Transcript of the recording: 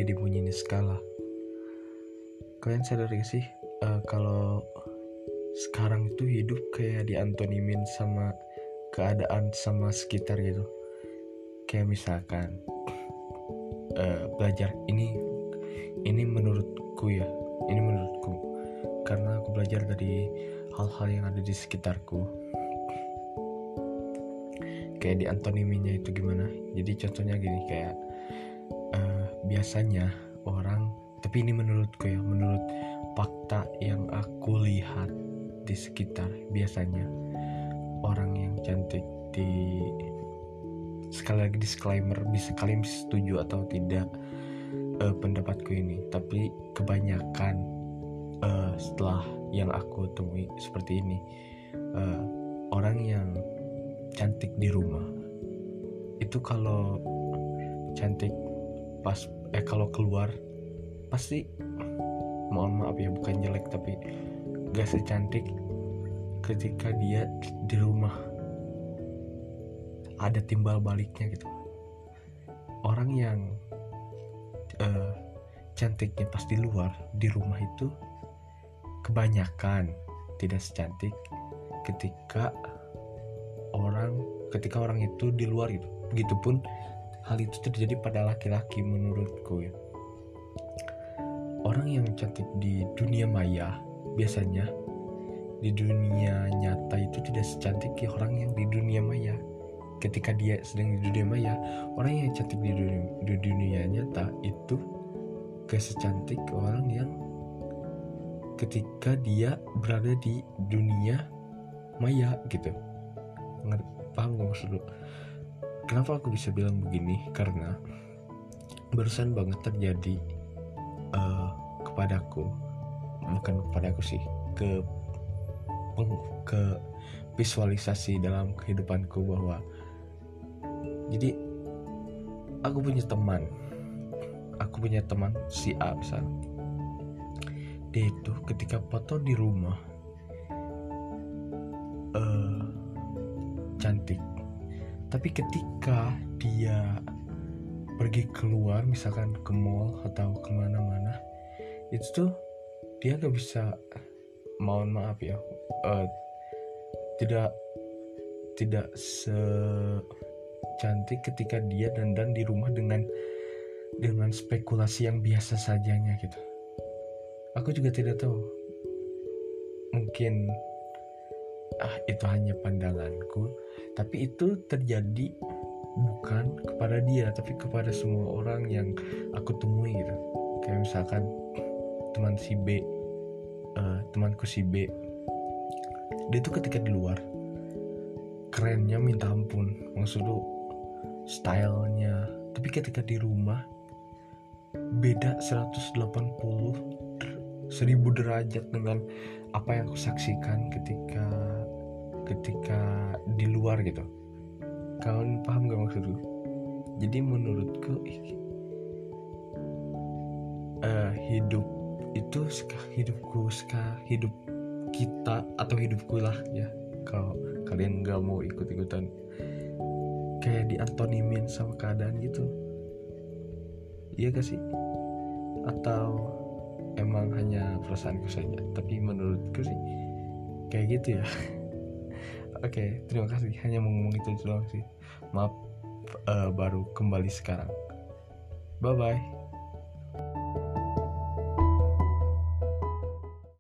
lagi dibunyiin skala. Kalian sadar gak sih kalau sekarang itu hidup kayak diantonimin sama keadaan sama sekitar gitu. Kayak misalkan belajar ini menurutku karena aku belajar dari hal-hal yang ada di sekitarku. Kayak diantoniminya itu gimana? Jadi contohnya gini, kayak biasanya orang, tapi ini menurutku ya, menurut fakta yang aku lihat di sekitar, biasanya orang yang cantik sekali lagi disclaimer, bisa kalian bisa setuju atau tidak pendapatku ini, tapi kebanyakan setelah yang aku temui seperti ini, orang yang cantik di rumah itu kalau cantik kalau keluar pasti, mohon maaf ya, bukan jelek tapi gak secantik ketika dia di rumah. Ada timbal baliknya gitu. Orang yang cantiknya pas di luar, di rumah itu kebanyakan tidak secantik ketika orang itu di luar gitu. Begitupun hal itu terjadi pada laki-laki menurutku ya. Orang yang cantik di dunia maya biasanya di dunia nyata itu tidak secantik orang yang di dunia maya. Ketika dia sedang di dunia maya, orang yang cantik di dunia nyata itu gak secantik orang yang ketika dia berada di dunia maya gitu. Paham gak maksud lu? Kenapa aku bisa bilang begini? Karena barusan banget terjadi ke visualisasi dalam kehidupanku, bahwa jadi aku punya teman si A misalnya. Dia itu ketika foto di rumah cantik, tapi ketika dia pergi keluar misalkan ke mall atau kemana-mana, itu tuh dia gak bisa, mohon maaf ya, tidak secantik ketika dia dandan di rumah dengan spekulasi yang biasa sajanya gitu. Aku juga tidak tahu, mungkin itu hanya pandanganku, tapi itu terjadi bukan kepada dia tapi kepada semua orang yang aku temui gitu. Kayak misalkan temanku si B, dia tuh ketika di luar kerennya minta ampun, maksud lu stylenya, tapi ketika di rumah beda 180 1000 derajat dengan apa yang aku saksikan ketika di luar gitu. Kalian paham gak maksudku? Jadi menurutku hidup kita atau hidupku lah ya, kalau kalian gak mau ikut-ikutan, kayak diantonimin sama keadaan gitu. Iya gak sih? Atau emang hanya perasaanku saja? Tapi menurutku sih kayak gitu ya. Oke, terima kasih, hanya mau ngomong itu doang sih. Maaf, baru kembali sekarang. Bye bye.